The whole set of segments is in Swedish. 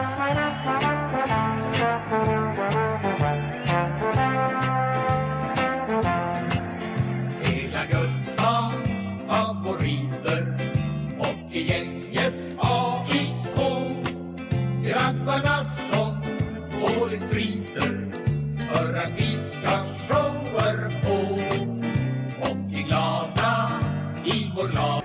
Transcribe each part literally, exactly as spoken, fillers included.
Hela Gullstans favoriter och i gänget A I K, grabbarna som tåligt strider för att vi ska shower få och är glada i vår lag.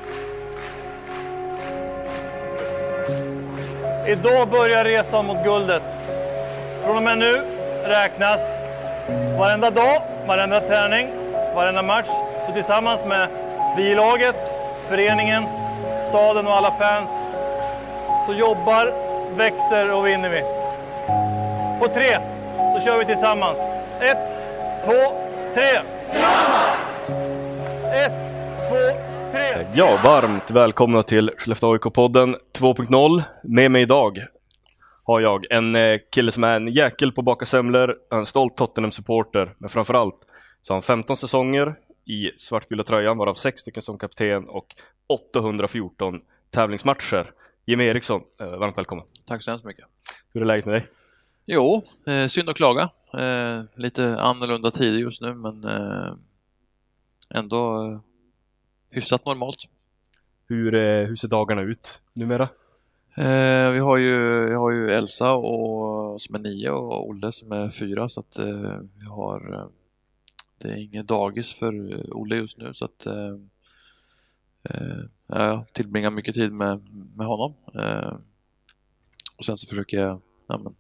Idag börjar resan mot guldet. Från och med nu räknas varenda dag, varenda träning, varenda match. Så tillsammans med vi i laget, föreningen, staden och alla fans så jobbar, växer och vinner vi. På tre så kör vi tillsammans. Ett, två, tre. Tillsammans! Ett, två, tre. Ja, varmt välkomna till Skellefteå A I K-podden två punkt noll. Med mig idag har jag en kille som är en jäkel på baka semlor, en stolt Tottenham-supporter, men framförallt så har han femton säsonger i svartgula tröjan, varav sex stycken som kapten och åttahundrafjorton tävlingsmatcher. Jimmy Eriksson, varmt välkommen. Tack så hemskt mycket. Hur är läget med dig? Jo, eh, synd att klaga. Eh, lite annorlunda tider just nu, men eh, ändå eh, hyfsat normalt. Hur, eh, hur ser dagarna ut numera? Eh, vi har ju, vi har ju Elsa och, som är nio och Olle som är fyra, så att eh, vi har eh, det är ingen dagis för Olle just nu, så att eh, eh, jag tillbringar mycket tid med, med honom. Eh, och sen så försöker jag ja, men,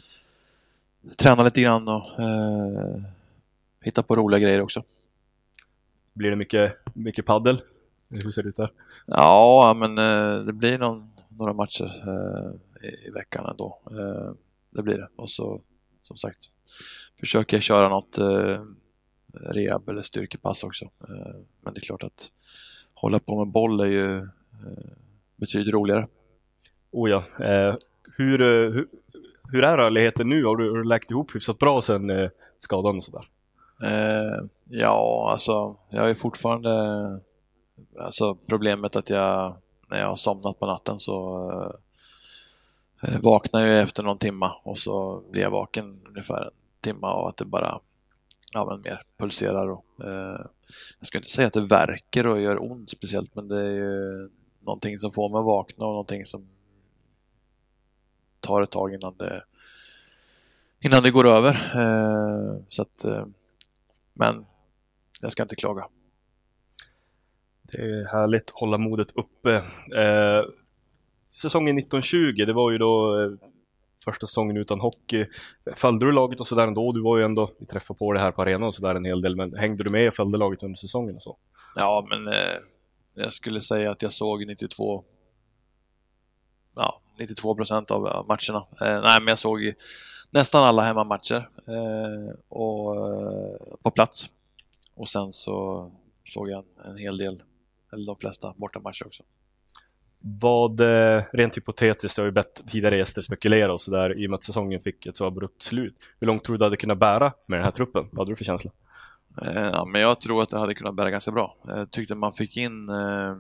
träna lite grann och eh, hitta på roliga grejer också. Blir det mycket, mycket paddel? Hur ser det ut där? Ja, men eh, det blir någon, några matcher eh, i, i veckan ändå. Eh, det blir det. Och så, som sagt, försöker jag köra något eh, rehab eller styrkepass också. Eh, men det är klart att hålla på med boll är ju eh, betydligt roligare. Oh ja. Eh, hur, hur, hur är rörligheten nu? Har du, har du läkt ihop hyfsat bra sen eh, skadan och sådär? Eh, ja, alltså jag är fortfarande alltså problemet att jag när jag har somnat på natten så eh, vaknar jag efter någon timma och så blir jag vaken ungefär en timma av att det bara ja, men mer pulserar och, eh, jag ska inte säga att det värker och gör ont speciellt, men det är ju någonting som får mig att vakna och någonting som tar ett tag innan det innan det går över eh, så att eh, men jag ska inte klaga. Det är härligt att hålla modet uppe. Eh, säsongen nitton tjugo, det var ju då eh, första säsongen utan hockey. Följde du laget och sådär ändå? Du var ju ändå, vi träffade på det här på arenan och sådär en hel del, men hängde du med och följde laget under säsongen och så? Ja, men eh, jag skulle säga att jag såg nittiotvå ja, nittiotvå procent av matcherna. Eh, nej, men jag såg nästan alla hemmamatcher eh, och eh, på plats. Och sen så såg jag en, en hel del, eller de flesta bortamatcher också. Vad, eh, rent hypotetiskt, jag har ju bett tidigare gäster spekulera och sådär, i och med att säsongen fick ett så abrupt slut. Hur långt tror du hade kunnat bära med den här truppen? Vad hade du för känsla? Eh, ja, men jag tror att det hade kunnat bära ganska bra. Jag tyckte man fick in eh,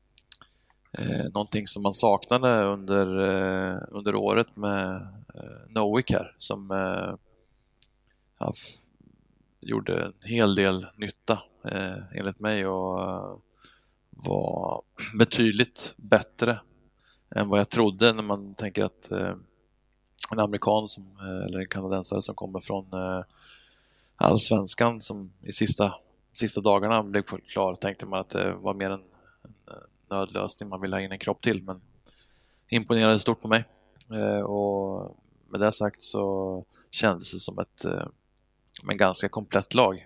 eh, någonting som man saknade under, eh, under året med eh, Nowick här, som eh, ja, f- gjorde en hel del nytta eh, enligt mig och eh, var betydligt bättre än vad jag trodde när man tänker att eh, en amerikan som, eh, eller en kanadensare som kommer från eh, allsvenskan som i sista, sista dagarna blev klar, tänkte man att det var mer en, en nödlösning, man ville ha in en kropp till, men imponerade stort på mig eh, och med det sagt så kändes det som ett eh, en ganska komplett lag.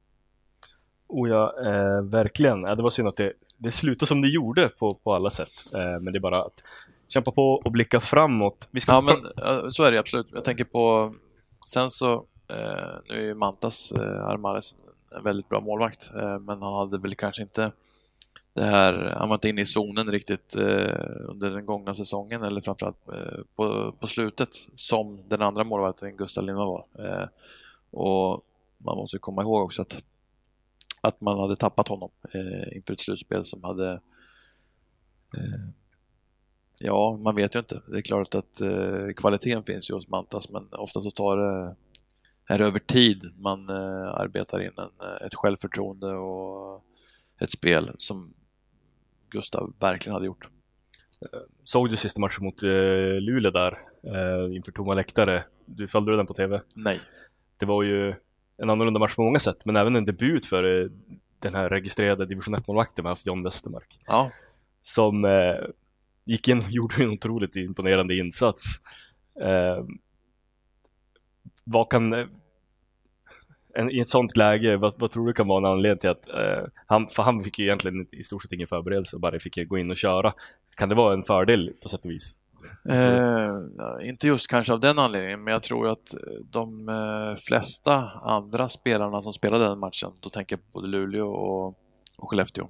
Oh ja, eh, verkligen. Ja, det var synd att det, det slutade som det gjorde på, på alla sätt. Eh, men det är bara att kämpa på och blicka framåt. Vi ska ja, ta... men så är det absolut. Jag tänker på, sen så, eh, nu är ju Mantas eh, Armares en väldigt bra målvakt, eh, men han hade väl kanske inte det här, han var inte inne i zonen riktigt eh, under den gångna säsongen, eller framförallt eh, på, på slutet, som den andra målvakten Gustav Lindvall var. Eh, och man måste komma ihåg också att att man hade tappat honom eh, inför ett slutspel som hade eh, Ja, man vet ju inte. Det är klart att eh, kvaliteten finns ju hos Mantas, men ofta så tar det här över tid. Man eh, arbetar in en, ett självförtroende och ett spel som Gustav verkligen hade gjort. Såg du sista matchen mot eh, Luleå där eh, inför tomma läktare? Du följde du den på tv? Nej. Det var ju en annorlunda match på många sätt, men även en debut för eh, den här registrerade division ett-målvakten vi haft, John Westermark. Ja. Som eh, gick in och gjorde en otroligt imponerande insats. Eh, vad kan en, i ett sånt läge, vad, vad tror du kan vara en anledning till att eh, han, för han fick ju egentligen i stort sett ingen förberedelse och bara fick gå in och köra. Kan det vara en fördel på sätt och vis? Eh, inte just kanske av den anledningen, men jag tror att de eh, flesta andra spelarna som spelade den matchen, då tänker jag på både Luleå och, och Skellefteå,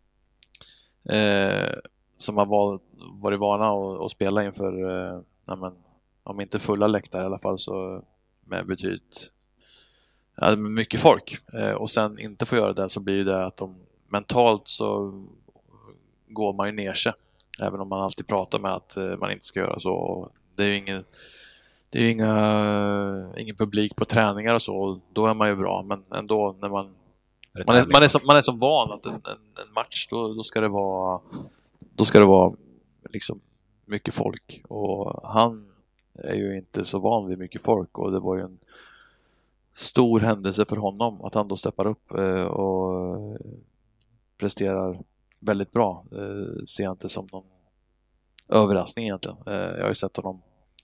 eh, som har val, varit vana att, att spela inför, eh, men, om inte fulla läktare i alla fall, så med betydligt ja, mycket folk. Eh, och sen inte få göra det, så blir det att de mentalt så går man ju ner sig. Även om man alltid pratar med att eh, man inte ska göra så. Det är ju ingen, det är ju inga, ingen publik på träningar och så. Och då är man ju bra. Men ändå när man man är, man är, så, man är så van att en, en, en match då, då ska det vara då ska det vara liksom mycket folk. Och han är ju inte så van vid mycket folk. Och det var ju en stor händelse för honom att han då steppar upp eh, och presterar väldigt bra. Eh, ser jag inte som någon överraskning egentligen. Eh, jag har ju sett honom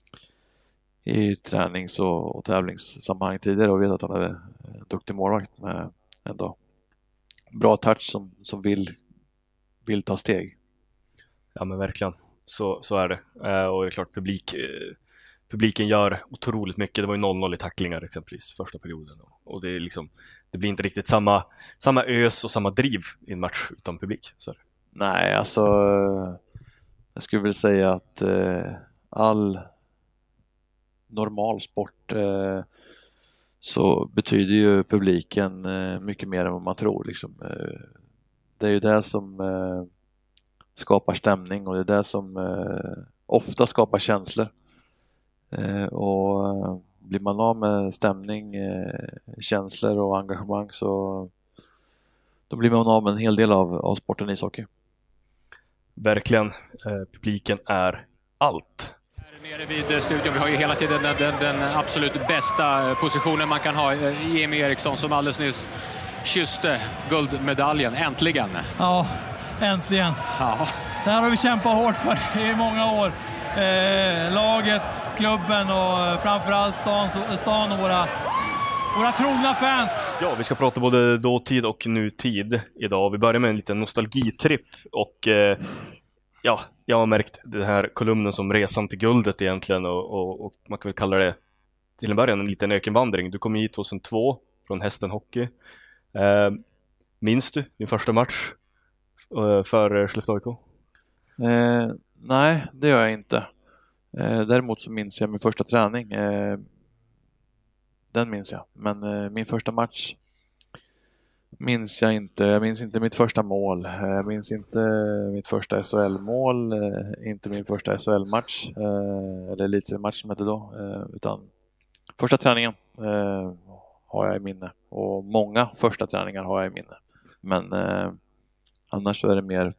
i tränings- och, och tävlingssammanhang tidigare och vet att han är en duktig målvakt med ändå bra touch som, som vill, vill ta steg. Ja, men verkligen. Så, så är det. Eh, och det är klart, publik, eh, publiken gör otroligt mycket. Det var ju noll noll i tacklingar exempelvis första perioden. Och det är liksom, det blir inte riktigt samma, samma ös och samma driv i en match utan publik. Så är det. Nej, alltså jag skulle vilja säga att eh, all normal sport eh, så betyder ju publiken eh, mycket mer än vad man tror. Liksom. Eh, det är ju det som eh, skapar stämning och det är det som eh, ofta skapar känslor. Eh, och eh, blir man av med stämning, eh, känslor och engagemang, så då blir man av med en hel del av, av sporten ishockey. Verkligen. Eh, publiken är allt. Nere vid studion, vi har ju hela tiden den, den, den absolut bästa positionen man kan ha. Jimmy Eriksson som alldeles nyss kysste guldmedaljen, äntligen. Ja, äntligen. Ja. Det här har vi kämpat hårt för i många år. Eh, laget, klubben och framförallt stan, stan och våra, våra trogna fans. Ja, vi ska prata både dåtid och nutid idag. Vi börjar med en liten nostalgitripp och eh, ja, jag har märkt den här kolumnen som resan till guldet egentligen och, och, och man kan väl kalla det till en början en liten ökenvandring. Du kom hit tjugohundratvå från Hästen Hockey. Eh, minns du din första match eh, för Skellefteå A I K? Eh, nej, det gör jag inte. Eh, däremot så minns jag min första träning. Eh, den minns jag. Men eh, min första match minns jag inte. Jag minns inte mitt första mål. Jag minns inte mitt första S H L-mål. Eh, inte min första S H L-match. Eh, eller elitseriematch som hette då. Eh, utan första träningen eh, har jag i minne. Och många första träningar har jag i minne. Men eh, annars så är det mer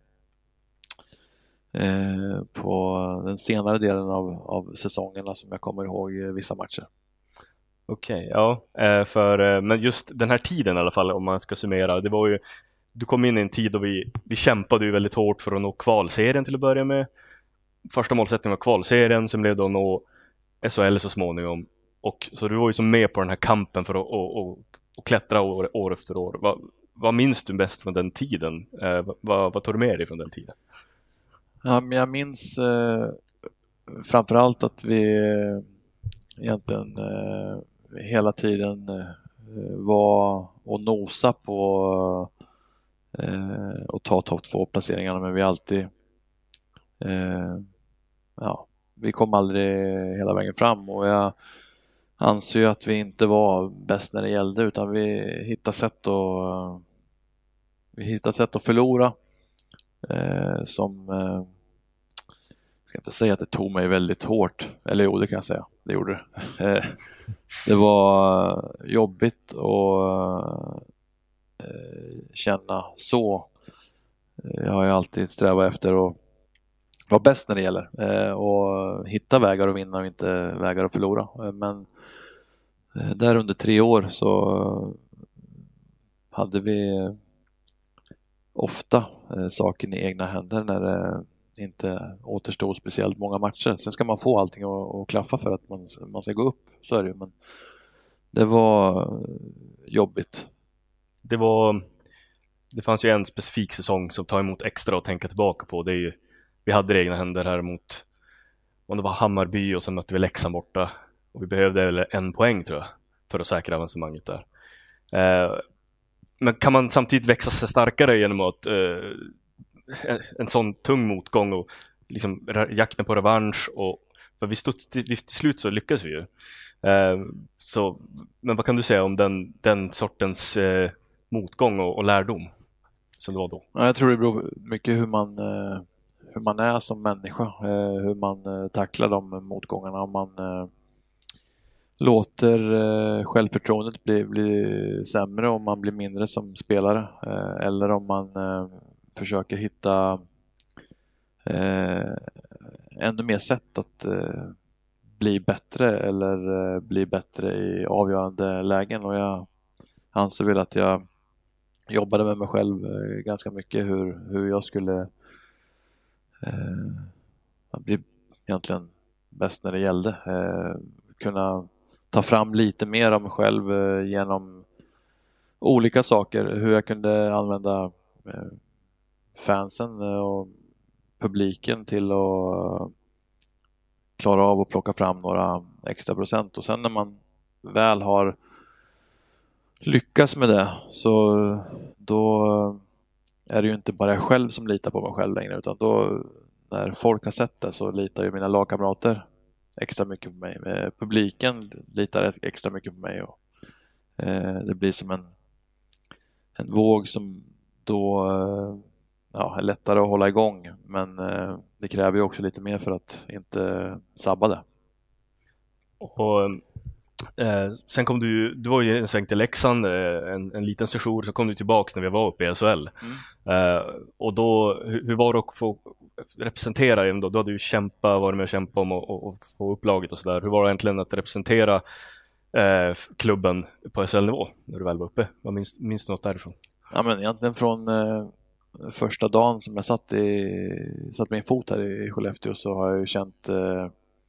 Eh, på den senare delen av, av säsongerna som jag kommer ihåg eh, vissa matcher. Okej, okay, ja, eh, för, eh, men just den här tiden i alla fall, om man ska summera, det var ju, du kom in i en tid då vi, vi kämpade ju väldigt hårt för att nå kvalserien till att börja med. Första målsättningen var kvalserien, sen blev det att nå S H L så småningom. Och, så du var ju som med på den här kampen för att och, och, och klättra år, år efter år. Va, vad minns du bäst från den tiden? Eh, vad, vad tar du med dig från den tiden? Ja, men jag minns eh, framförallt att vi eh, egentligen eh, hela tiden eh, var och nosa på eh, och ta topp två placeringarna, men vi alltid eh, ja, vi kom aldrig hela vägen fram och jag anser ju att vi inte var bäst när det gällde, utan vi hittade sätt att vi hittade sätt att förlora. Eh, som eh, ska inte säga att det tog mig väldigt hårt, eller jo, det kan jag säga, det gjorde det. Det var jobbigt att känna så. Jag har ju alltid strävat efter att vara bäst när det gäller och hitta vägar att vinna och inte vägar att förlora. Men där under tre år så hade vi ofta saken i egna händer när det inte återstod speciellt många matcher. Sen ska man få allting att, att klaffa för att man, man ska gå upp, så är det ju. Men det var jobbigt. Det var det fanns ju en specifik säsong som tar emot extra att tänka tillbaka på. Det är ju, vi hade det egna händer här mot, om det var Hammarby, och sen mötte vi Leksand borta och vi behövde en poäng tror jag för att säkra avancemanget där. Eh, men kan man samtidigt växa sig starkare genom att eh, en, en sån tung motgång och liksom jakten på revansch, och för vi stod till, till slut så lyckas vi ju. Eh, så, men vad kan du säga om den, den sortens eh, motgång och, och lärdom som det var då? Ja, jag tror det beror mycket hur man, eh, hur man är som människa, eh, hur man eh, tacklar de motgångarna. Om man eh, låter eh, självförtroendet bli, bli sämre, om man blir mindre som spelare, eh, eller om man eh, försöker hitta eh, ännu mer sätt att eh, bli bättre eller eh, bli bättre i avgörande lägen. Och jag anser väl att jag jobbade med mig själv eh, ganska mycket, hur, hur jag skulle eh, bli egentligen bäst när det gällde. Eh, kunna ta fram lite mer av mig själv eh, genom olika saker. Hur jag kunde använda eh, fansen och publiken till att klara av att plocka fram några extra procent. Och sen när man väl har lyckats med det, så då är det ju inte bara jag själv som litar på mig själv längre, utan då när folk har sett det så litar ju mina lagkamrater extra mycket på mig. Publiken litar extra mycket på mig, och eh, det blir som en, en våg som då eh, ja, är lättare att hålla igång, men eh, det kräver ju också lite mer för att inte sabba det. Och eh, sen kom du, du var ju en sväng till Leksand, en, en liten session, så kom du tillbaks när vi var uppe i S H L. Mm. Eh, och då, hur, hur var det att få representera ändå? Du hade ju kämpat, varit med och kämpat om och, och, och få upp laget och sådär. Hur var det egentligen att representera eh, klubben på S H L-nivå när du väl var uppe? Vad minns, minns du något därifrån? Ja, men egentligen från eh, första dagen som jag satt, i, satt min fot här i Skellefteå, så har jag ju känt eh,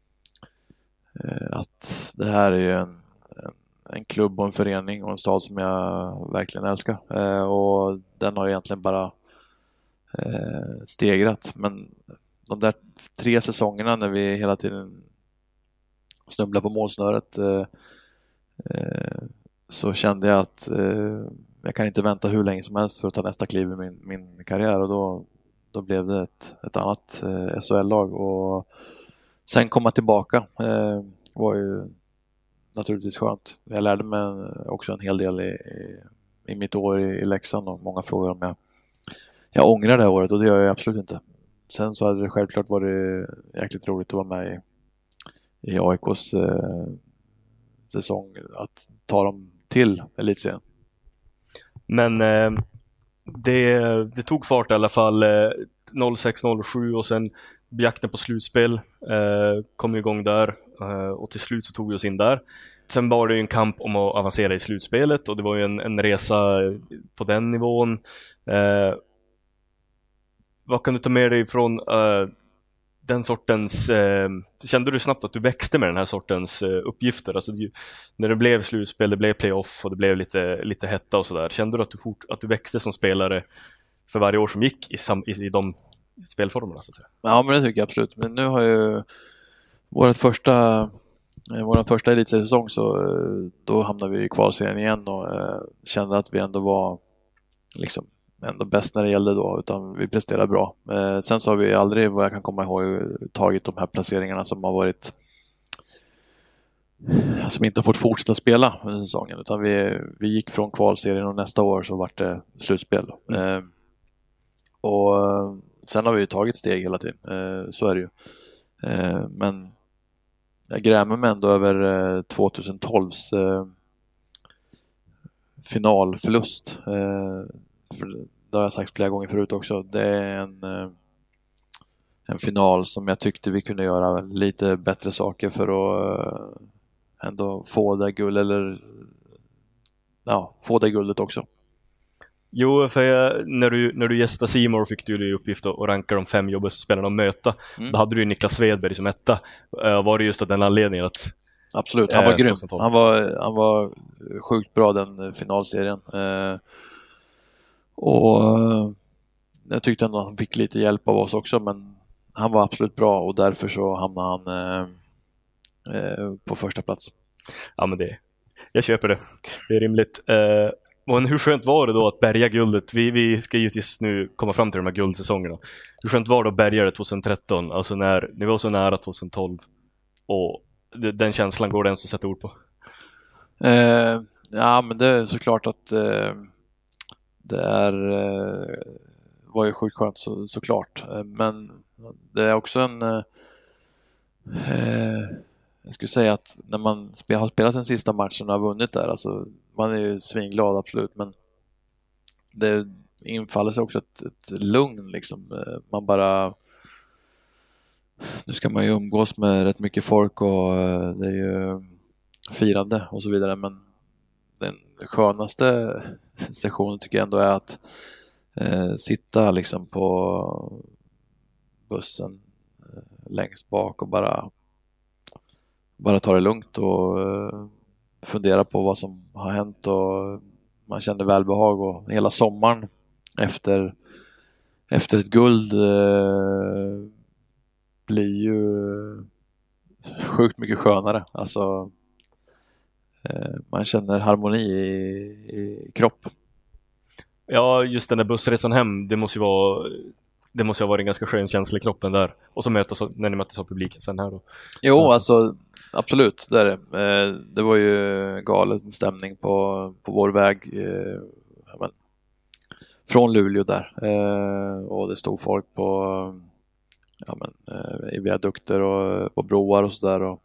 att det här är ju en, en, en klubb och en förening och en stad som jag verkligen älskar. Eh, och den har egentligen bara eh, stegrat. Men de där tre säsongerna när vi hela tiden snubblar på målsnöret, eh, eh, så kände jag att eh, jag kan inte vänta hur länge som helst för att ta nästa kliv i min, min karriär. Och då, då blev det ett, ett annat eh, S H L-lag. Och sen komma tillbaka eh, var ju naturligtvis skönt. Jag lärde mig också en hel del i, i, i mitt år i, i Leksand, och många frågor om jag, jag ångrar det här året, och det gör jag absolut inte. Sen så hade det självklart varit jäkligt roligt att vara med i, i A I K:s eh, säsong, att ta dem till elitserien. Men eh, det, det tog fart i alla fall eh, noll sex noll sju, och sen jakten på slutspel eh, kom igång där, eh, och till slut så tog vi oss in där. Sen var det ju en kamp om att avancera i slutspelet, och det var ju en, en resa på den nivån. Eh, vad kan du ta med dig från eh, den sortens, eh, kände du snabbt att du växte med den här sortens eh, uppgifter? Alltså det, när det blev slutspel, det blev playoff och det blev lite, lite hetta och sådär. Kände du att du, fort, att du växte som spelare för varje år som gick i, sam, i, i de spelformerna, så att säga? Ja, men det tycker jag absolut. Men nu har ju vårt första vår första elitseriesäsong, så då hamnade vi i kvalserien igen, och eh, kände att vi ändå var liksom ändå bäst när det gällde då, utan vi presterade bra. Eh, sen så har vi aldrig, vad jag kan komma ihåg, tagit de här placeringarna som har varit, som inte har fått fortsätta spela under säsongen, utan vi, vi gick från kvalserien, och nästa år så var det slutspel. Eh, och sen har vi ju tagit steg hela tiden, eh, så är det ju. Eh, men jag grämer mig ändå över eh, tjugotolvs eh, finalförlust. Eh, för det har jag sagt flera gånger förut också. Det är en, eh, en final som jag tyckte vi kunde göra lite bättre saker för att eh, ändå få det guld eller ja, få det guldet också. Jo, för jag, när du, när du gästade C More fick du i uppgift att ranka de fem jobbigaste spelarna att möta. Mm. Då hade du ju Niklas Svedberg som etta. Uh, var det just av den anledningen att... Absolut, han var äh, grym. Han var, han var sjukt bra den finalserien. Uh, och uh, jag tyckte ändå att han fick lite hjälp av oss också, men han var absolut bra och därför så hamnade han uh, uh, på första plats. Ja, men det... Jag köper det. Det är rimligt. Uh, Men hur skönt var det då att bärga guldet? Vi, vi ska givetvis nu komma fram till de här guldsäsongerna. Hur skönt var det att bärga det tjugotretton? Alltså när ni var så nära tjugotolv. Och det, den känslan går det ens att sätta ord på? Eh, ja, men det är såklart att eh, det är, eh, var ju sjukt skönt så, såklart. Eh, men det är också en... Eh, jag skulle säga att när man spel, har spelat den sista matchen och har vunnit där, alltså man är ju svinglad absolut, men det infaller sig också ett, ett lugn liksom. Man bara, nu ska man ju umgås med rätt mycket folk och det är ju firande och så vidare, men den skönaste sessionen tycker jag ändå är att eh, sitta liksom på bussen eh, längst bak och bara bara ta det lugnt och uh, fundera på vad som har hänt och man kände välbehag och hela sommaren efter efter ett guld uh, blir ju sjukt mycket skönare. Alltså uh, man känner harmoni i, i kropp. Ja, just den där bussresan hem, det måste ju vara det måste ju ha varit en ganska skön känsla i kroppen där. Och så mötas när ni möttes av publiken sen här då. Jo, alltså, alltså absolut, det är det. Eh, det var ju galen stämning på, på vår väg eh, men, från Luleå där. Eh, och det stod folk på ja, men, eh, i viadukter och på broar och sådär och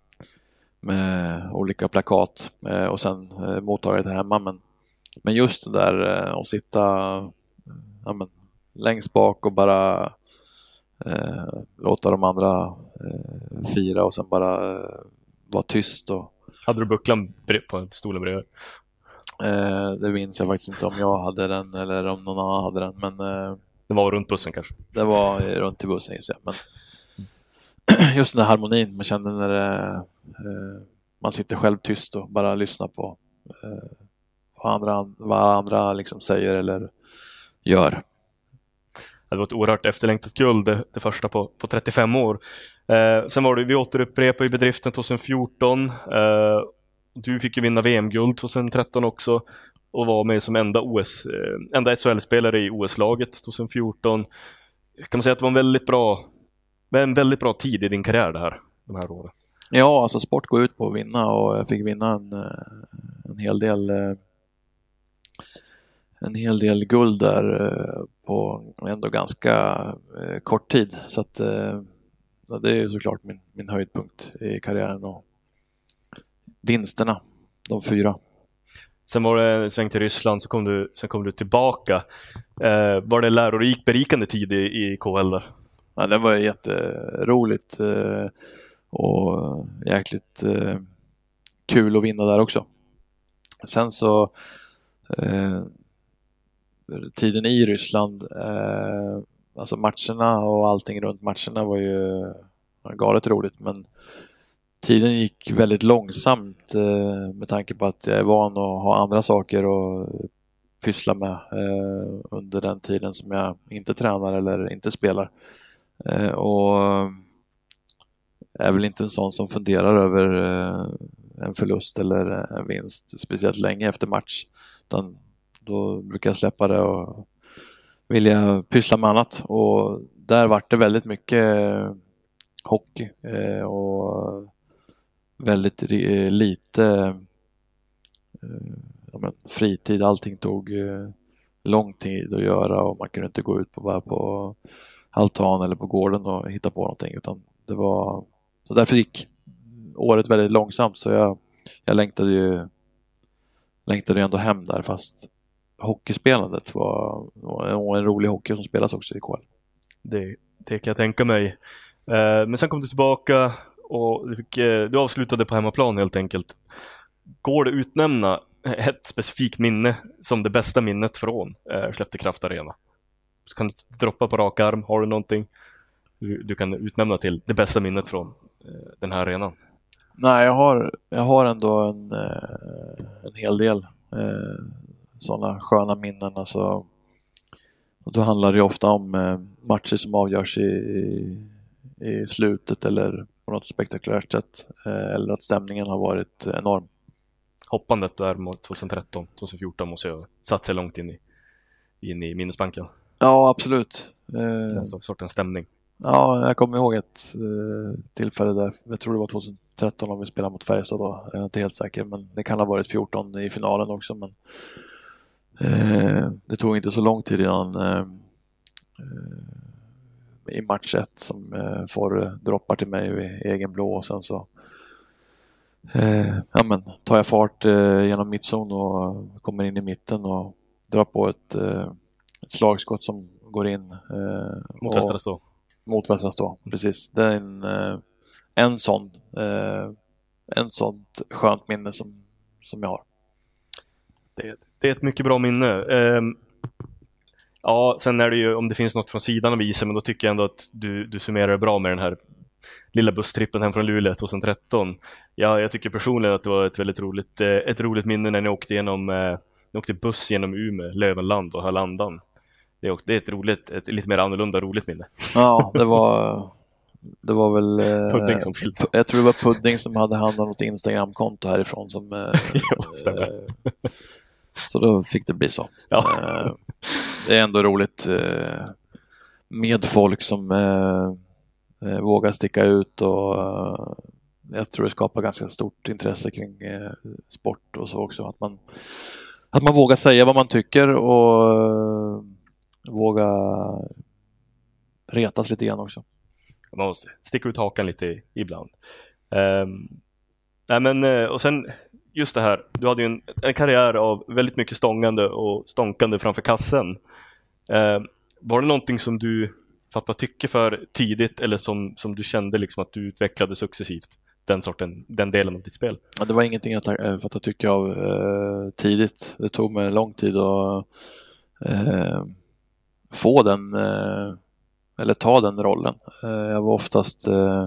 med olika plakat. Eh, och sen eh, mottaget hemma. Men, men just det där eh, att sitta ja, men, längst bak och bara eh, låta de andra eh, fira och sen bara eh, vara tyst. Och, hade du bucklan på stolen bredvid? Eh, det minns jag faktiskt inte om jag hade den eller om någon annan hade den. Men, eh, det var runt bussen kanske? Det var runt i bussen, jag. Men just den där harmonin man kände när det, eh, man sitter själv tyst och bara lyssnar på eh, vad andra, vad andra liksom säger eller gör. Det var ett oerhört efterlängtat guld, det, det första på, på trettiofem år. Eh, sen var det, vi återupprepade i bedriften tjugofjorton. Eh, du fick ju vinna V M-guld tjugotretton också och var med som enda, O S, eh, enda S H L-spelare i O S-laget tjugofjorton. Kan man säga att det var en väldigt bra, en väldigt bra tid i din karriär det här, de här åren? Ja, alltså sport går ut på att vinna och jag fick vinna en, en hel del en hel del guld där på ändå ganska kort tid. Så att ja, det är ju såklart min, min höjdpunkt i karriären och vinsterna, de fyra. Sen var det sväng till Ryssland, så kom du, sen kom du tillbaka. Eh, var det lärorik, berikande tid i, i K H L där? Ja, det var jätteroligt eh, och jäkligt eh, kul att vinna där också. Sen så eh, tiden i Ryssland, eh, alltså matcherna och allting runt matcherna var ju galet roligt, men tiden gick väldigt långsamt eh, med tanke på att jag är van att ha andra saker att pyssla med eh, under den tiden som jag inte tränar eller inte spelar. Eh, och är väl inte en sån som funderar över eh, en förlust eller en vinst speciellt länge efter match, utan då brukar jag släppa det och vilja pyssla med annat. Och där var det väldigt mycket hockey eh, och väldigt eh, lite eh, ja, men fritid. Allting tog eh, lång tid att göra och man kunde inte gå ut på, bara på altan eller på gården och hitta på någonting, utan det var, så därför gick året väldigt långsamt, så jag, jag längtade ju längtade ju ändå hem där, fast hockeyspelandet var, var en rolig hockey som spelas också i K H L. Det, det kan jag tänka mig. Eh, men sen kom du tillbaka och du, fick, eh, du avslutade på hemmaplan helt enkelt. Går det utnämna ett specifikt minne som det bästa minnet från eh, Skellefteå Kraft Arena? Så kan du droppa på rak arm, har du någonting du, du kan utnämna till det bästa minnet från eh, den här arenan? Nej, jag har, jag har ändå en, eh, en hel del eh, sådana sköna minnen. Alltså, och då handlar det ofta om eh, matcher som avgörs i, i, i slutet eller på något spektakulärt sätt. Eh, eller att stämningen har varit enorm. Hoppandet där mot tjugohundratretton tjugohundrafjorton måste jag satt sig långt in i, in i minnesbanken. Ja, absolut. Eh, Den sortens stämning. Ja, jag kommer ihåg ett eh, tillfälle där, jag tror det var tjugohundratretton om vi spelade mot Färjestad då, jag är inte helt säker, men det kan ha varit fjorton i finalen också, men eh, det tog inte så lång tid innan eh, eh, i match ett som eh, får droppar till mig i egen blå, och sen så eh, ja, men, tar jag fart eh, genom mittzon och kommer in i mitten och drar på ett, eh, ett slagskott som går in eh, Mot Västra Stå. Mot Västra Stå, precis. Det är en, en sån eh, en sånt skönt minne som, som jag har. Det, det är ett mycket bra minne. Eh, ja, sen är det ju, om det finns något från sidan av isen, men då tycker jag ändå att du, du summerar det bra med den här lilla busstrippen hem från Luleå tjugohundratretton. Ja, jag tycker personligen att det var ett väldigt roligt, ett roligt minne när ni åkte genom, ni åkte buss genom Umeå, Lövenland och Hallandan. Det är, det är ett roligt, ett lite mer annorlunda roligt minne. Ja, det var det var väl Pudding som film. Jag tror det var Pudding som hade hand om något Instagram-konto härifrån som jo, stämmer. eh, så då fick det bli så. Ja. Eh, det är ändå roligt eh, med folk som eh, eh, vågar sticka ut, och eh, jag tror det skapar ganska stort intresse kring eh, sport och så också, att man att man vågar säga vad man tycker och eh, våga retas lite grann också. Man måste sticka ut hakan lite ibland. Um, nej men, och sen just det här, du hade ju en, en karriär av väldigt mycket stångande och stånkande framför kassen. Um, var det någonting som du fattade tycke för tidigt, eller som, som du kände liksom att du utvecklade successivt, den sorten, den delen av ditt spel? Ja, det var ingenting jag fattade tycke av eh, tidigt. Det tog mig lång tid att eh, få den eh, eller ta den rollen. Eh, jag var oftast eh,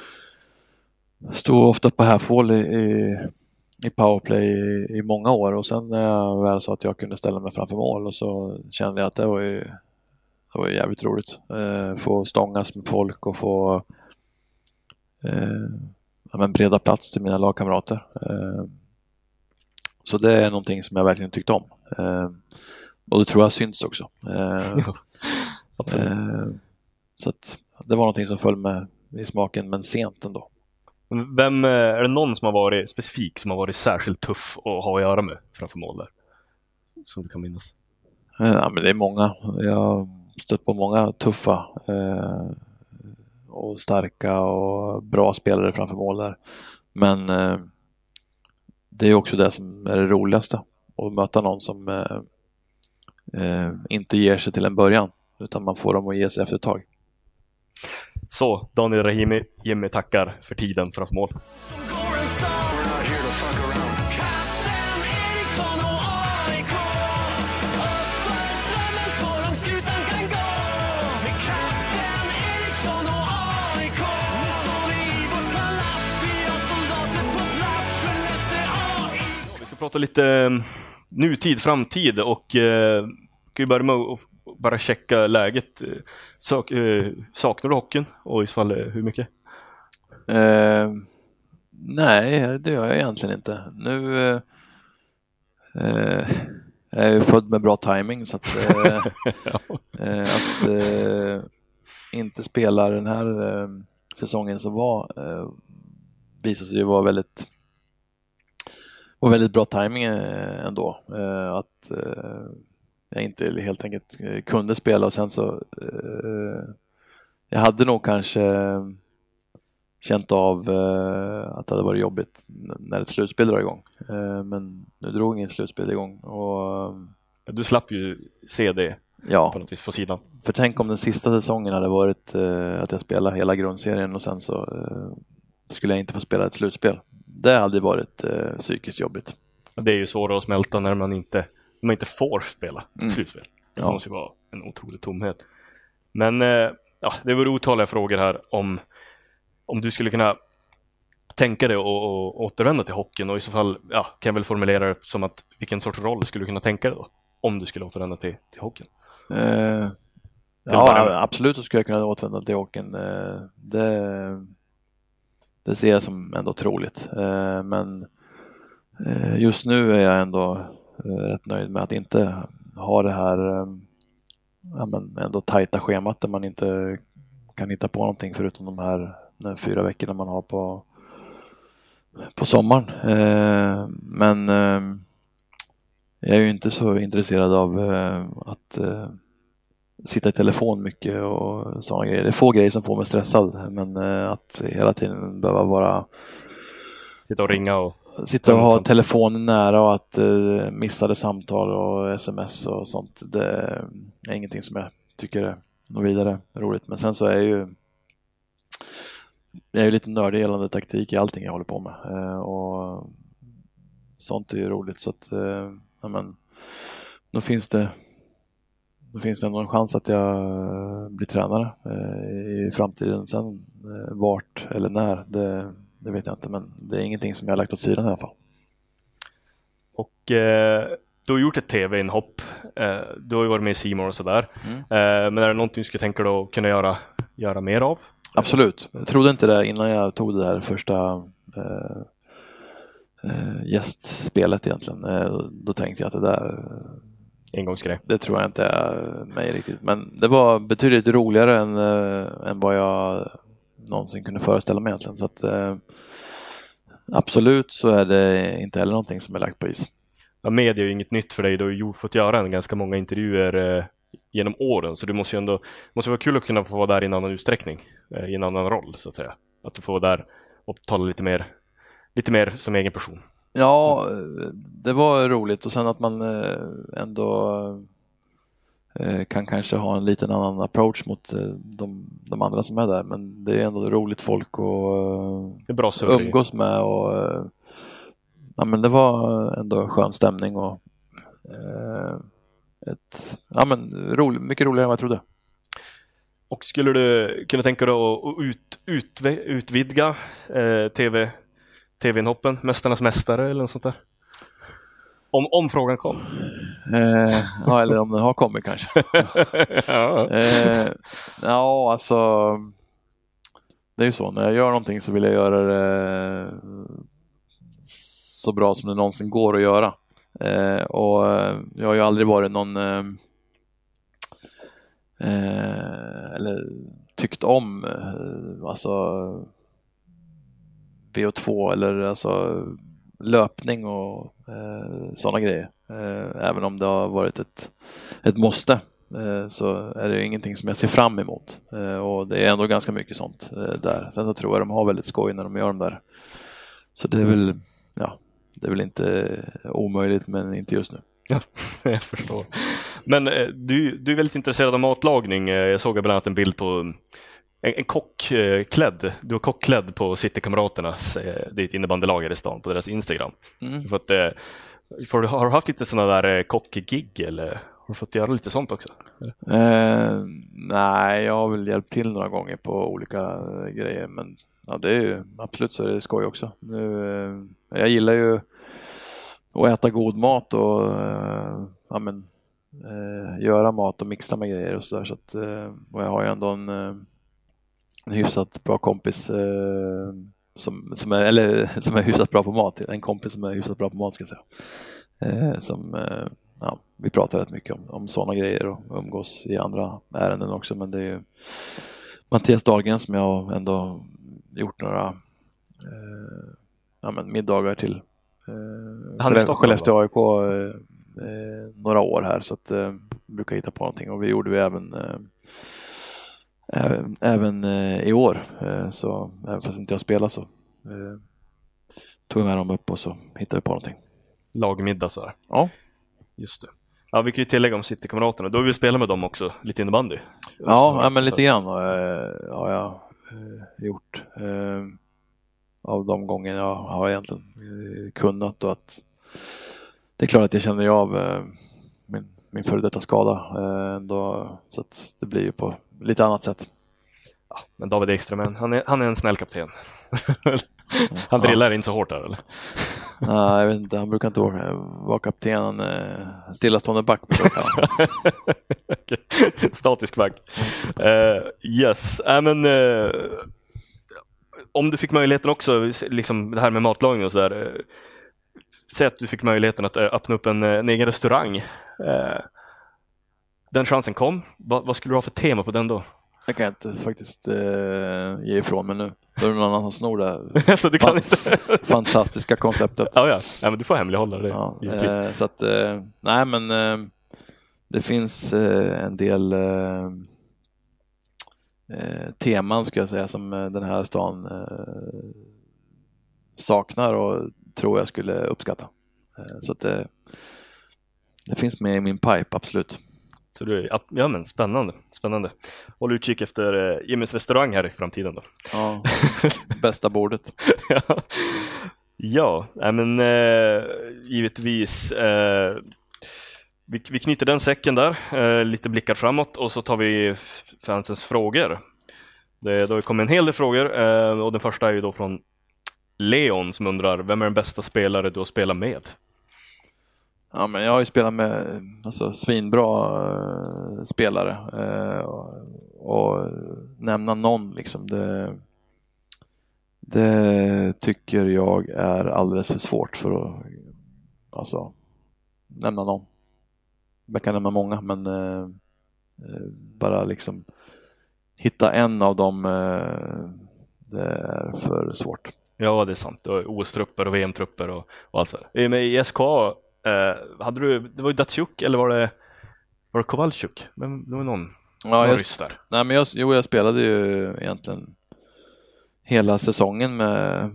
stod ofta på half-wall i, i, i powerplay i, i många år, och sen när jag väl sa att jag kunde ställa mig framför mål, och så kände jag att det var ju, det var ju jävligt roligt. Eh, få stångas med folk och få eh, ja, men breda plats till mina lagkamrater. Eh, så det är någonting som jag verkligen tyckte om. Eh, och det tror jag syns också. Eh, Absolut. Eh, så att det var någonting som föll med i smaken, men sent ändå. Vem, är det någon som har varit specifik, som har varit särskilt tuff att ha att göra med framför mål där, som du kan minnas? Eh, ja, men det är många. Jag har stött på många tuffa eh, och starka och bra spelare framför mål där. Men eh, det är också det som är det roligaste, att möta någon som eh, eh, inte ger sig till en början, utan man får dem att ge sig efter ett tag. Så, Daniel Rahimi, Jimmy tackar för tiden framför mål. Vi ska prata lite nutid, framtid, och eh, kan vi börja med att bara checka läget. Sak, eh, saknar du hockeyn, och i så fall hur mycket? Eh, nej, det gör jag egentligen inte. Nu eh, eh, jag är ju född med bra timing, så att, eh, eh, att eh, inte spela den här eh, säsongen som var eh, visade sig ju vara väldigt var väldigt bra timing eh, ändå. Eh, att eh, jag inte helt enkelt kunde spela, och sen så eh, jag hade nog kanske känt av eh, att det hade varit jobbigt när ett slutspel drar igång. Eh, men nu drog inget slutspel igång. Och, du slapp ju se det ja, på något vis på sidan. För tänk om den sista säsongen hade varit eh, att jag spelade hela grundserien och sen så eh, skulle jag inte få spela ett slutspel. Det hade varit eh, psykiskt jobbigt. Det är ju svårare att smälta när man inte, när man inte får spela Mm. slutspel. Det Ja. måste ju vara en otrolig tomhet. Men eh, ja, det var otaliga frågor här om, om du skulle kunna tänka dig att återvända till hockeyn, och i så fall ja, kan jag väl formulera det som att vilken sorts roll skulle du kunna tänka dig då om du skulle återvända till, till hockeyn? Eh, bara- ja, absolut så skulle jag kunna återvända till hockeyn. Eh, det, det ser jag som ändå troligt. Eh, men eh, just nu är jag ändå eh, rätt nöjd med att inte ha det här eh, ja, men ändå tajta schemat där man inte kan hitta på någonting förutom de här, de här fyra veckorna man har på, på sommaren. Eh, men eh, jag är ju inte så intresserad av eh, att eh, sitta i telefon mycket och sådana grejer. Det är få grejer som får mig stressad, men eh, att hela tiden behöva vara Sitta och ringa och sitta och ha Sånt. telefonen nära och att eh, missade samtal och sms och sånt, det är ingenting som jag tycker är något vidare roligt. Men sen så är jag ju jag är ju lite nördig gällande taktik i allting jag håller på med, eh, och sånt är ju roligt, så att eh, ja, men då finns det då finns det ändå en chans att jag blir tränare eh, i framtiden. Sen eh, vart eller när, det, det vet jag inte, men det är ingenting som jag har lagt åt sidan i alla fall. Och eh, du har gjort ett tv-inhopp. Eh, du har ju varit med i C More och sådär. Mm. Eh, men är det någonting du skulle tänka dig att kunna göra, göra mer av? Absolut. Jag trodde inte det innan jag tog det här första eh, eh, gästspelet egentligen. Eh, då tänkte jag att det där, Engångsgrej. det tror jag inte är mig riktigt. Men det var betydligt roligare än, eh, än vad jag någonsin kunde föreställa mig egentligen. Så att, eh, absolut så är det inte heller någonting som är lagt på is. Ja, media är ju inget nytt för dig. Du har ju fått göra en ganska många intervjuer eh, genom åren. Så det måste ju ändå måste vara kul att kunna få vara där i en annan utsträckning. Eh, I en annan roll, så att säga. Att du får vara där och tala lite mer, lite mer som egen person. Ja, det var roligt, och sen att man eh, ändå eh, kan kanske ha en liten annan approach mot eh, de, de andra som är där, men det är ändå roligt folk att Det är bra eh, surr. umgås med, och eh, ja, men det var ändå skön stämning och eh, ett, ja, men rolig, mycket roligare än vad jag trodde. Och skulle du kunna tänka dig att att ut, ut, utvidga eh, TV, tv-inhoppen, Mästarnas mästare eller något sånt där? Om, om frågan kom. Eh, ja, eller om den har kommit kanske. Ja. Eh, ja, alltså det är ju så, när jag gör någonting så vill jag göra det så bra som det någonsin går att göra. Eh, och jag har ju aldrig varit någon eh, eh, eller tyckt om eh, alltså V O två eller alltså löpning och eh, sådana grejer. Eh, även om det har varit ett, ett måste, eh, så är det ingenting som jag ser fram emot. Eh, och det är ändå ganska mycket sånt eh, där. Sen så tror jag de har väldigt skoj när de gör dem där. Så det är väl, ja, det är väl inte omöjligt, men inte just nu. Ja, jag förstår. Men eh, du, du är väldigt intresserad av matlagning. Eh, Jag såg bland annat en bild på en, en kockklädd. Du har kockklädd på Citykamraternas, eh, det är ett innebandylag här i stan, på deras Instagram. Mm. För att, eh, för, har du haft lite sådana där eh, kockgig, eller har du fått göra lite sånt också? Eh, nej, jag har väl hjälpt till några gånger på olika eh, grejer, men ja, det är ju absolut, så är det skoj också. Nu, eh, jag gillar ju att äta god mat och eh, ja, men, eh, göra mat och mixa med grejer och sådär. Så att, eh, och jag har ju ändå en, eh, en hyfsat bra kompis eh, som, som, är, eller, som är hyfsat bra på mat. En kompis som är hyfsat bra på mat, ska jag säga. Eh, som, eh, ja, vi pratar rätt mycket om, om sådana grejer och umgås i andra ärenden också. Men det är ju Mattias Dahlgren som jag har ändå gjort några eh, ja, men middagar till eh, Han är i Stockholm, Skellefteå A I K eh, eh, några år här, så att eh, brukar hitta på någonting, och vi gjorde vi även eh, även, även eh, i år. Eh, så även fast inte jag spelar så eh, tog jag med dem upp och så hittade vi på någonting. Lagmiddag så här. Ja. Just det. Ja, vi kan ju tillägga om City-kamraterna. Då har vi spelat med dem också, lite innebandy. Ja, ja men lite grann har jag, har jag eh, gjort. Eh, av de gånger jag har egentligen eh, kunnat. Och att det är klart att jag känner av eh, min, min före detta skada. Eh, ändå, så att det blir ju på lite annat sätt. Ja, men David Ekström, han är, han är en snäll kapten. Han drillar ja. in så hårt där, eller? Nej, jag vet inte. Han brukar inte vara, vara kapten. Han är stillastående back. Okay. Statisk back. Uh, yes. Äh, men, uh, om du fick möjligheten också, liksom det här med matlagning och så där. Uh, säg att du fick möjligheten att uh, öppna upp en, en egen restaurang. Uh, den chansen kom. Va, vad skulle du ha för tema på den då? Jag kan inte faktiskt eh, ge ifrån mig nu. Då är det någon annan som snor det alltså, du kan fan, inte. fantastiska konceptet. Ja, ja. ja, men du får hemlighålla det. Ja, eh, så att, eh, nej men eh, det finns eh, en del eh, eh, teman ska jag säga som den här stan eh, saknar och tror jag skulle uppskatta. Eh, så att det, det finns med i min pipe, absolut. Så du, ja men spännande, spännande. Håll utkik efter eh, Jimmys restaurang här i framtiden då. Ja, bästa bordet. ja, ja nej, men eh, givetvis eh, vi, vi knyter den säcken där, eh, lite blickar framåt och så tar vi fansens frågor. Det, då kommer en hel del frågor eh, och den första är ju då från Leon som undrar, vem är den bästa spelare du har spelat med? Ja, men jag har ju spelat med alltså, svinbra uh, spelare uh, och, och nämna någon liksom det, det tycker jag är alldeles för svårt för att alltså, nämna någon. Jag kan nämna många men uh, uh, bara liksom hitta en av dem uh, det är för svårt. Ja, det är sant. Du har O S-trupper och V M-trupper och, och allt så här. Men i S K A Uh, hade du, det var ju Datsjuk eller var det var det Kowalczyk? Men det var någon ja, jag, ryss där. Nej, men jag, jo, jag spelade ju egentligen hela säsongen med,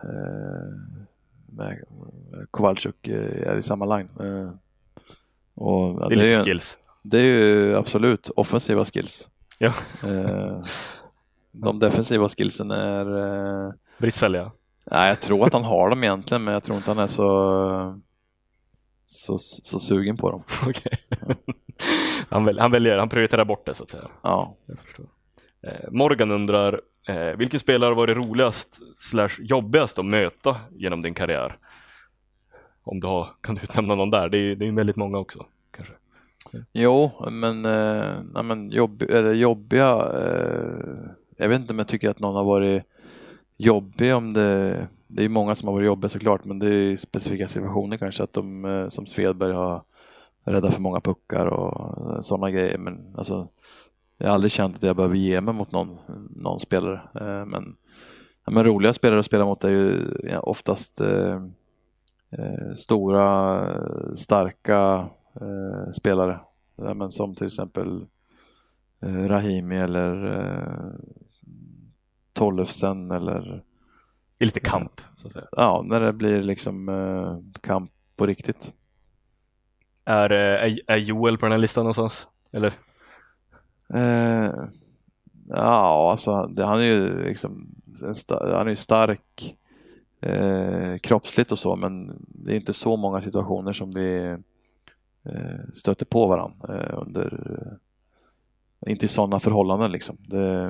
med Kowalczyk i samma line. Uh, och, ja, det är lite det är skills. Ju, det är ju absolut offensiva skills. Ja. Uh, de defensiva skillsen är... Uh, bristfälliga. Nej, jag tror att han har dem egentligen, men jag tror inte han är så... Så, så sugen på dem. Okay. Ja. han, väl, han väljer, han prioriterar bort det så att säga. Ja. Jag förstår. Eh, Morgan undrar, eh, vilken spelare var det roligast slash jobbigast att möta genom din karriär? Om du har, kan du utnämna någon där? Det är, det är väldigt många också, kanske. Jo, men, eh, nej, men jobb, eller jobbiga, eh, jag vet inte om jag tycker att någon har varit jobbig om det. Det är många som har varit jobbiga såklart, men det är specifika situationer kanske att de som Svedberg har räddat för många puckar och sådana grejer. Men alltså, jag har aldrig känt att jag behöver ge mig mot någon, någon spelare. Men, men roliga spelare att spela mot är ju oftast eh, stora, starka eh, spelare. Men som till exempel eh, Rahimi eller eh, Tollefsen eller det är lite kamp så att säga. Ja, när det blir liksom eh, kamp på riktigt. Är, är, är Joel på den här listan någonstans? Eller? Eh, ja, alltså det, han är ju liksom en sta- han är ju stark eh, kroppsligt och så, men det är inte så många situationer som vi eh, stöter på varandra eh, under eh, inte i sådana förhållanden liksom. Det,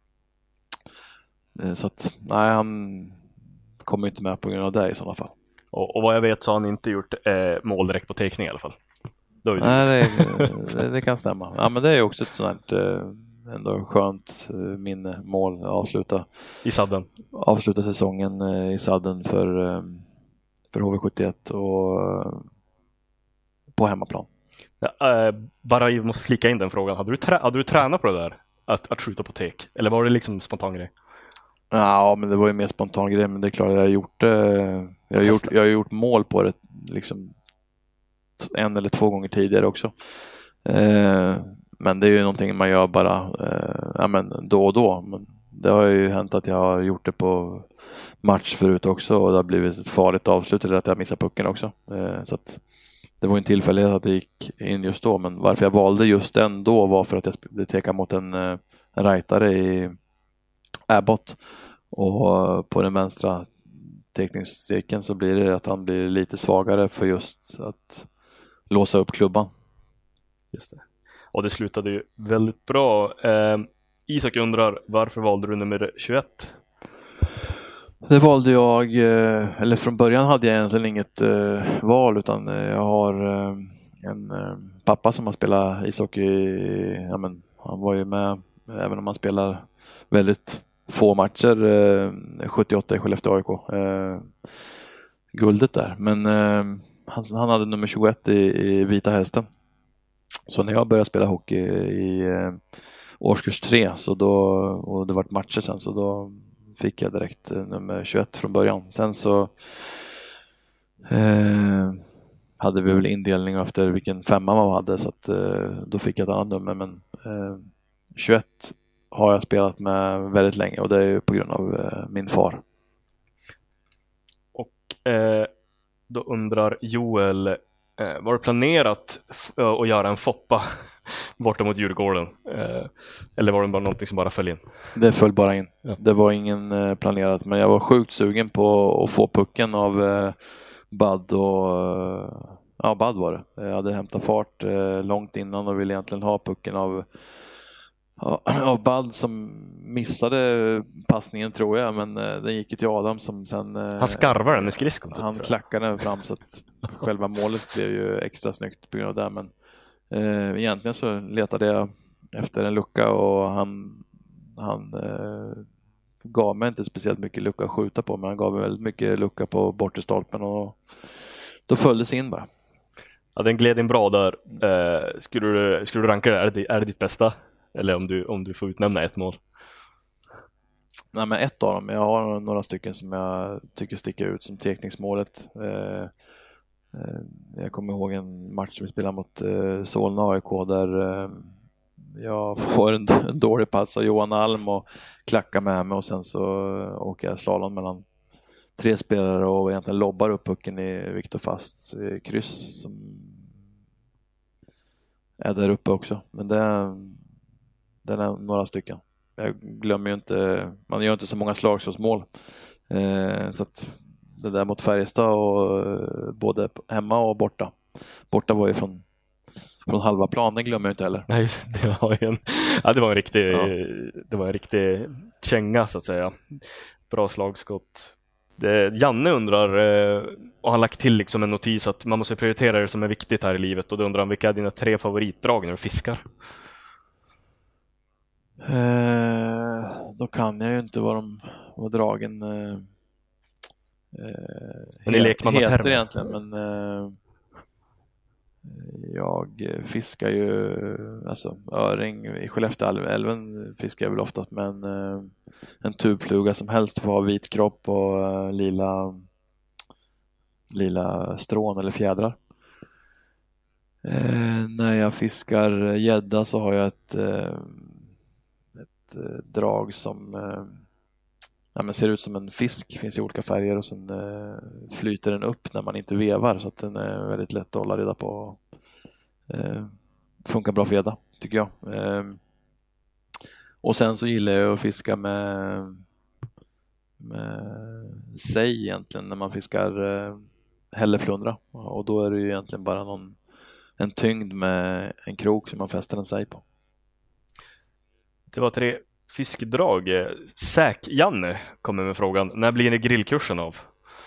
eh, så att nej, han kommer inte med på grund av det i sådana fall. Och, och vad jag vet så har han inte gjort eh, mål direkt på teckning i alla fall. Nej, det, det, det kan stämma. Ja, men det är också ett sånt här ändå skönt minne, mål, avsluta i sadden. Avsluta säsongen i sadden för, för H V sjuttioett och på hemmaplan. Ja, äh, bara jag måste flika in den frågan. Hade du, trä- hade du tränat på det där? Att, att skjuta på tek? Eller var det liksom spontan grej? Ja, men det var ju mer spontan grej. Men det är klart att jag har gjort, jag har gjort, jag har gjort mål på det liksom en eller två gånger tidigare också. men det är ju någonting man gör bara eh, ja, men då och då. Men det har ju hänt att jag har gjort det på match förut också och det har blivit ett farligt avslut eller att jag missar pucken också. Eh, så att det var en tillfällighet att det gick in just då, men varför jag valde just den då var för att jag blev tekad mot en, en rightare i Abbott och på den vänstra teckningscirkeln så blir det att han blir lite svagare för just att låsa upp klubban. Just det. Och det slutade ju väldigt bra. Eh, Isak undrar, varför valde du nummer tjugoett? Det valde jag, eller från början hade jag egentligen inget eh, val utan jag har eh, en eh, pappa som har spelat ishockey, ja, men, han var ju med även om han spelar väldigt få matcher, eh, sjuttioåtta i Skellefteå A I K, eh, guldet där, men eh, han, han hade nummer tjugoett i, i Vita Hästen. Så när jag började spela hockey i eh, årskurs tre så då, och det var matcher sen, så då fick jag direkt nummer tjugoett från början. Sen så eh, hade vi väl indelning efter vilken femma man hade, så att eh, då fick jag ett annat nummer, men eh, tjugoett har jag spelat med väldigt länge och det är ju på grund av eh, min far. Och eh, då undrar Joel, eh, var det planerat f- att göra en foppa borta mot Djurgården? Eh, eller var det bara någonting som bara föll in? Det föll bara in. Ja. Det var ingen eh, planerat, men jag var sjukt sugen på att få pucken av eh, Bud och eh, ja, Bud var det. Jag hade hämtat fart eh, långt innan och ville egentligen ha pucken av Ja, av Bud som missade passningen tror jag, men eh, den gick ju till Adam som sen eh, Han skarvar den med skridskon typ, han klackade den fram så att själva målet blev ju extra snyggt på grund av det, men eh, egentligen så letade jag efter en lucka och han, han eh, gav mig inte speciellt mycket lucka att skjuta på, men han gav mig väldigt mycket lucka på bortre stolpen och då följdes in bara. Ja, den gled in bra där. Eh, skulle, du, skulle du ranka det? Är det, är det ditt bästa? Eller om du, om du får utnämna ett mål? Nej, men ett av dem. Jag har några stycken som jag tycker sticker ut som tekningsmålet. Eh, eh, jag kommer ihåg en match vi spelade mot eh, Solna A I K där eh, jag får en, en dålig pass av Johan Alm och klackar med mig och sen så åker jag slalom mellan tre spelare och egentligen lobbar upp pucken i Viktor Fasts eh, kryss som är där uppe också. Men det är, det är några stycken. Jag glömmer ju inte, man gör inte så många slagskottsmål. Eh, så att det där mot Färjestad och eh, både hemma och borta. Borta var ju från, från halva plan, den glömmer jag inte heller. Nej, det var en, ja, det var en riktig, Ja. det var en riktig känga så att säga. Bra slagskott. Det, Janne undrar, eh, och han lagt till liksom en notis att man måste prioritera det som är viktigt här i livet, och då undrar han, vilka är dina tre favoritdrag när du fiskar? Eh, då kan jag ju inte vad de vad dragen eh, eh, Men i lekmannatermer. heter egentligen, men eh, jag fiskar ju alltså öring i Skellefteälven fiskar jag väl oftast med en, eh, en tubfluga som helst får ha vit kropp och eh, lila lila strån eller fjädrar. Eh, när jag fiskar gädda så har jag ett eh, drag som eh, ja, men ser ut som en fisk, finns i olika färger och sen eh, flyter den upp när man inte vevar så att den är väldigt lätt att hålla reda på. Eh, funkar bra för gädda tycker jag. Eh, och sen så gillar jag att fiska med med sig egentligen när man fiskar eh, hälleflundra, och då är det ju egentligen bara någon en tyngd med en krok som man fäster en sig på. Det var tre fiskdrag. Säk-Janne kommer med frågan, när blir det grillkursen av?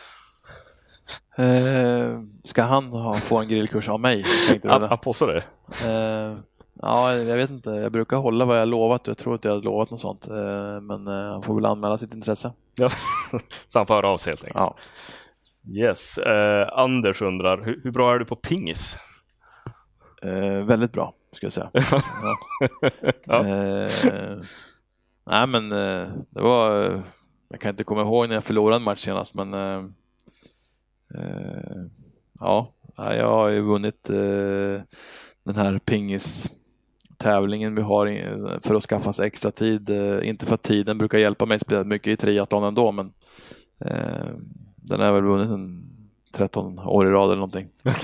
Eh, ska han ha, få en grillkurs av mig? Tänkte du Han, det? han påstår det. Eh, ja, jag vet inte. Jag brukar hålla vad jag lovat. Jag tror att jag har lovat något sånt. Eh, men eh, han får väl anmäla sitt intresse. Ja. Så han får höra av sig helt enkelt. Ja. Yes. Eh, Anders undrar, hur, hur bra är du på pingis? Eh, väldigt bra, ska jag säga. Ja. Ja. Eh, nej, men eh, det var... Eh, jag kan inte komma ihåg när jag förlorade en match senast, men... Eh, eh, ja, jag har ju vunnit eh, den här pingis tävlingen vi har för att skaffa sig extra tid. Inte för att tiden brukar hjälpa mig spela mycket i triathlon ändå, men eh, den är väl vunnit en tretton år i rad eller någonting.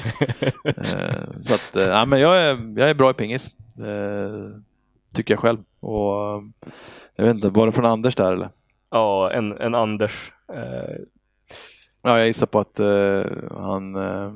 eh, så att, eh, ja, men jag är, jag är bra i pingis. Eh, tycker jag själv. Och jag vet inte, var det från Anders där eller? Ja, en, en Anders. Eh... Ja, jag gissar på att eh, han eh,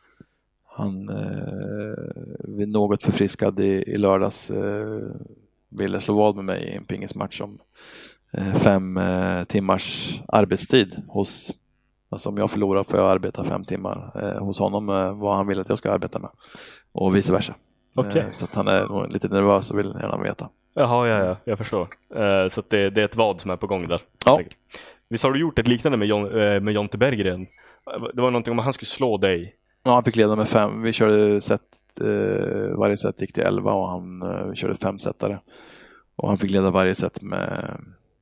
han eh, vid något förfriskad i, i lördags eh, ville slå vad med mig i en pingismatch om eh, fem eh, timmars arbetstid hos, alltså om jag förlorar får jag arbeta fem timmar eh, hos honom eh, vad han vill att jag ska arbeta med och vice versa. Okay. Eh, så att han är lite nervös och vill gärna veta. Jaha, ja, ja, jag förstår. Eh, så att det, det är ett vad som är på gång där. Ja. Visst har du gjort ett liknande med, John, eh, med Jonte Berggren? Det var någonting om att han skulle slå dig. Ja, han fick leda med fem. Vi körde set, eh, varje set gick till elva och han eh, körde fem setare. Och han fick leda varje set med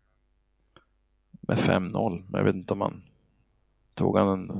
med fem noll. Men jag vet inte om han tog han en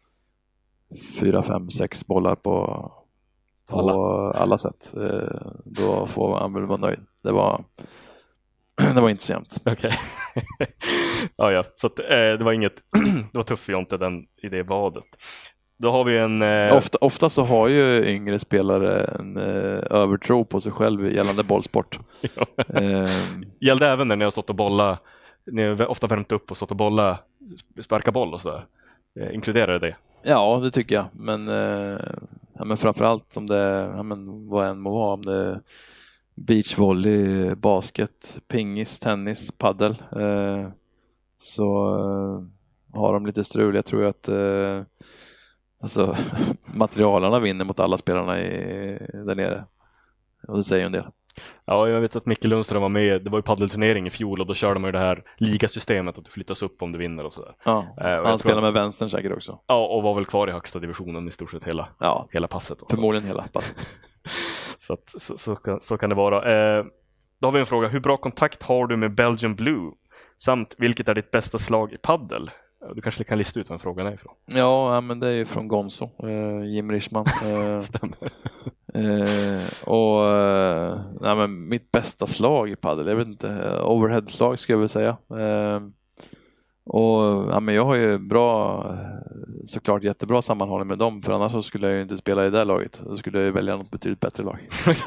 fyra, fem, sex bollar på, på alla, alla set. Eh, då får han väl vara nöjd. Det var det var inte så jämnt. Okej. Okay. ja, ja. Så att, eh, det var inget det var tufft för Jonte den, i det vadet. Då har vi en... Eh... Ofta, ofta så har ju yngre spelare en eh, övertro på sig själv gällande bollsport. ja. eh... Gällde även när ni har stått och bolla, ni har ofta värmt upp och stått och bolla, sparka boll och sådär. Eh, inkluderar det det? Ja, det tycker jag. Men, eh, ja, men framförallt om det, ja, men vad än må vara, om det är beachvolley, basket, pingis, tennis, paddel, eh, så eh, har de lite strul. Jag tror att eh, alltså, materialarna vinner mot alla spelarna i, där nere. Och det säger en del. Ja, jag vet att Micke Lundström var med. Det var ju paddelturnering i fjol och då körde man ju det här ligasystemet att du flyttas upp om du vinner och sådär. Ja, eh, och han spelar att... med vänstern säkert också. Ja, och var väl kvar i högsta divisionen i stort sett hela, ja, hela passet. Också. Förmodligen hela passet. så, att, så, så, kan, så kan det vara. Eh, då har vi en fråga. Hur bra kontakt har du med Belgian Blue? Samt vilket är ditt bästa slag i paddel? Du kanske kan lista ut vem frågan är ifrån. Ja, men det är ju från Gonzo, eh, Jim Richman. Eh, Stämmer. Eh, och eh, nej, men mitt bästa slag i paddel, jag vet inte, overheadslag skulle jag vilja säga. Eh, och ja, men jag har ju bra, såklart jättebra sammanhållning med dem, för annars så skulle jag ju inte spela i det laget. Då skulle jag ju välja något betydligt bättre lag.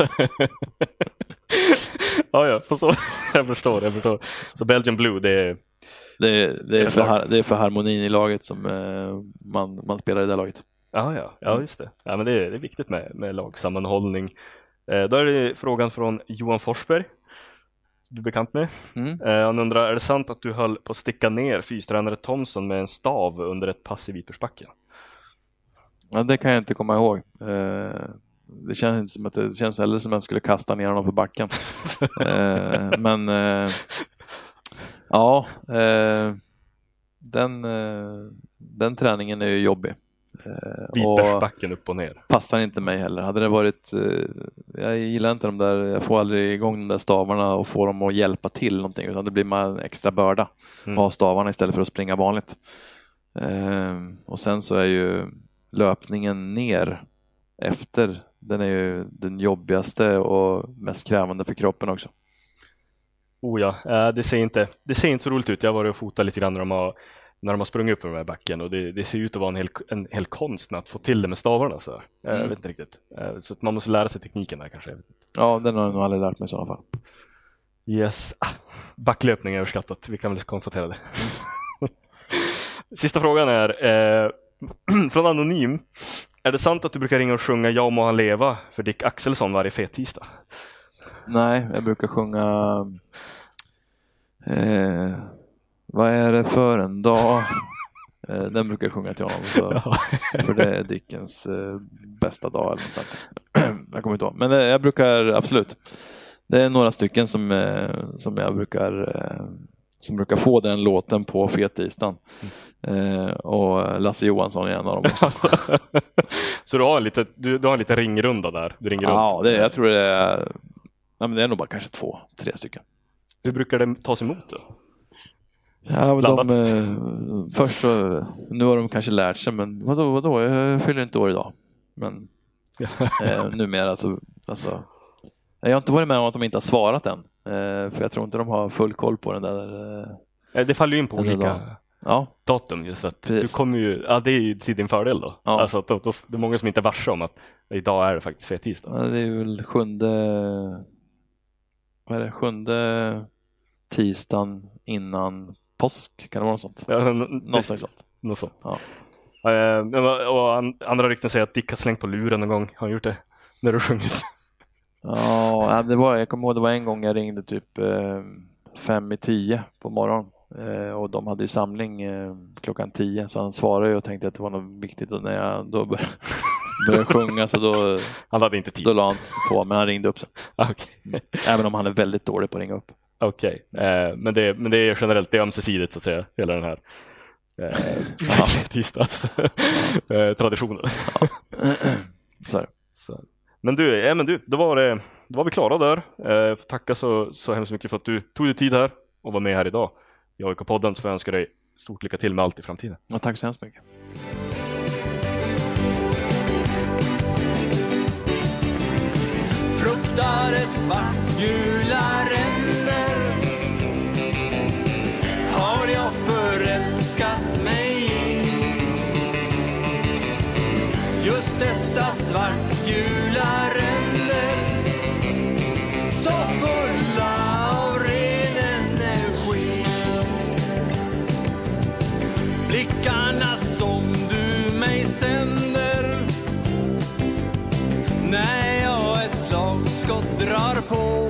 ja, ja, för så, jag förstår, jag förstår. Så Belgian Blue, det är... Det är, det är, för, det är för harmonin i laget som eh, man, man spelar i det laget. Ja, ja, ja, just det. Ja, men det är, det är viktigt med, med lagsammanhållning. Eh, då är det frågan från Johan Forsberg. Du är bekant med. Mm. Eh, han undrar, är det sant att du höll på att sticka ner fystränare Thomson med en stav under ett pass i Vitbergsbacken? Ja, det kan jag inte komma ihåg. Eh, det känns inte som att det, det känns heller som att jag skulle kasta ner honom för backen. eh, men eh, ja, eh, den, eh, den träningen är ju jobbig. Vitbergsbacken upp och ner. Passar inte mig heller. Hade det varit, jag gillar inte de där, jag får aldrig igång de där stavarna och få dem att hjälpa till någonting, utan det blir man en extra börda mm. att ha stavarna istället för att springa vanligt. Ehm, och sen så är ju löpningen ner efter, den är ju den jobbigaste och mest krävande för kroppen också. Oh ja, det ser inte, det ser inte så roligt ut. Jag har varit och fotat lite grann när de har när de har sprungit upp på den här backen, och det, det ser ut att vara en hel, en hel konst med att få till det med stavarna. Så. Jag mm. vet inte riktigt. Så att man måste lära sig tekniken där kanske. Ja, den har jag nog aldrig lärt mig i sådana fall. Yes. Ah, backlöpning är överskattat. Vi kan väl konstatera det. Sista frågan är eh, från Anonym. Är det sant att du brukar ringa och sjunga Jag må han leva för Dick Axelsson varje fet tisdag? Nej, jag brukar sjunga eh, vad är det för en dag? Den brukar jag sjunga till honom. Så, ja. För det är Dickens eh, bästa dag. Eller så. Jag kommer inte ihåg. Men eh, jag brukar, absolut. Det är några stycken som, eh, som jag brukar eh, som brukar få den låten på fetisdagen. Eh, och Lasse Johansson är en av dem också. Så du har en lite, du, du har en lite ringrunda där? Du ringer ja, runt. Det, jag tror det är, ja, men det är nog bara kanske två, tre stycken. Hur brukar det tas emot då? Ja, de, eh, först så, nu har de kanske lärt sig, men vadå, vadå, jag fyller inte år idag. Men eh, numera så, alltså, Jag har inte varit med om att de inte har svarat än. För jag tror inte de har full koll på den där. Det faller ju in på olika ja. datum. Just att du kommer ju, ja, det är ju till din fördel då. Ja. Alltså, att, att, att, det är många som inte är varse om att idag är det faktiskt fet tisdag. Ja, det är väl sjunde, vad är det, sjunde tisdagen innan påsk. Kan det vara något sånt? Ja, n- något sånt. Något sånt. Ja. Uh, och andra rykten säger att Dick har slängt på luren någon gång. Har han gjort det när du sjungit? Ja, det var, jag kommer ihåg det var en gång jag ringde typ eh, fem i tio på morgonen. Eh, och de hade ju samling eh, klockan tio, så han svarade ju och tänkte att det var något viktigt, och när jag då började, började sjunga så då, han hade inte tid. Då la han på, men han ringde upp sen. Okay. Även om han är väldigt dålig på att ringa upp. Okej, okay. eh, men, det, men det är generellt, det är ömsesidigt så att säga, hela den här eh, tisdags eh, traditionen. Ja. Så är det. Så. Men du, ja, men du, då var, det, då var vi klara där. Eh, tacka så, så hemskt mycket för att du tog dig tid här och var med här idag i A I K-podden, så får jag önska dig stort lycka till med allt i framtiden. Ja, tack så hemskt mycket. Fruktade svartgula ränder har jag förälskat mig i. Just dessa svartgula ränder, så fulla av ren energi. Blickarna som du mig sänder när jag ett slagskott drar på.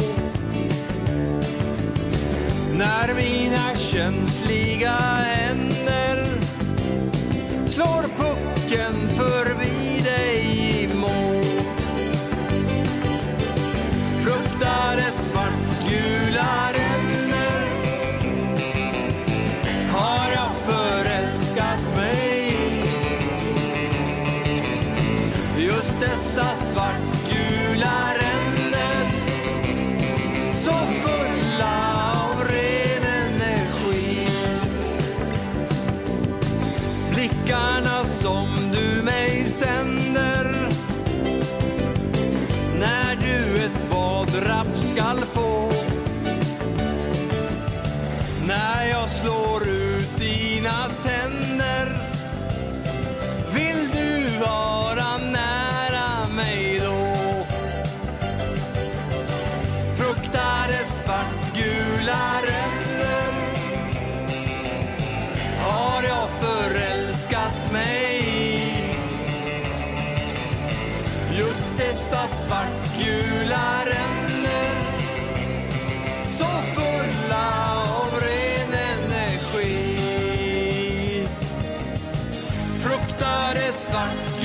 När mina känsliga händer slår pucken förbi dig i mål. Fruktade svartgula ränder har jag förälskat mig i. Just dessa svartgula ränder, så fulla av ren energi. Blickarna som du mig sänder när du ett badrapp skall få. När jag slår ut dina tänder, vill du vara nära mig då? Fruktade svartgula ränder har jag förälskat mig i. Just dessa svartgula ränder, så fulla av ren energi. Fruktade svartgula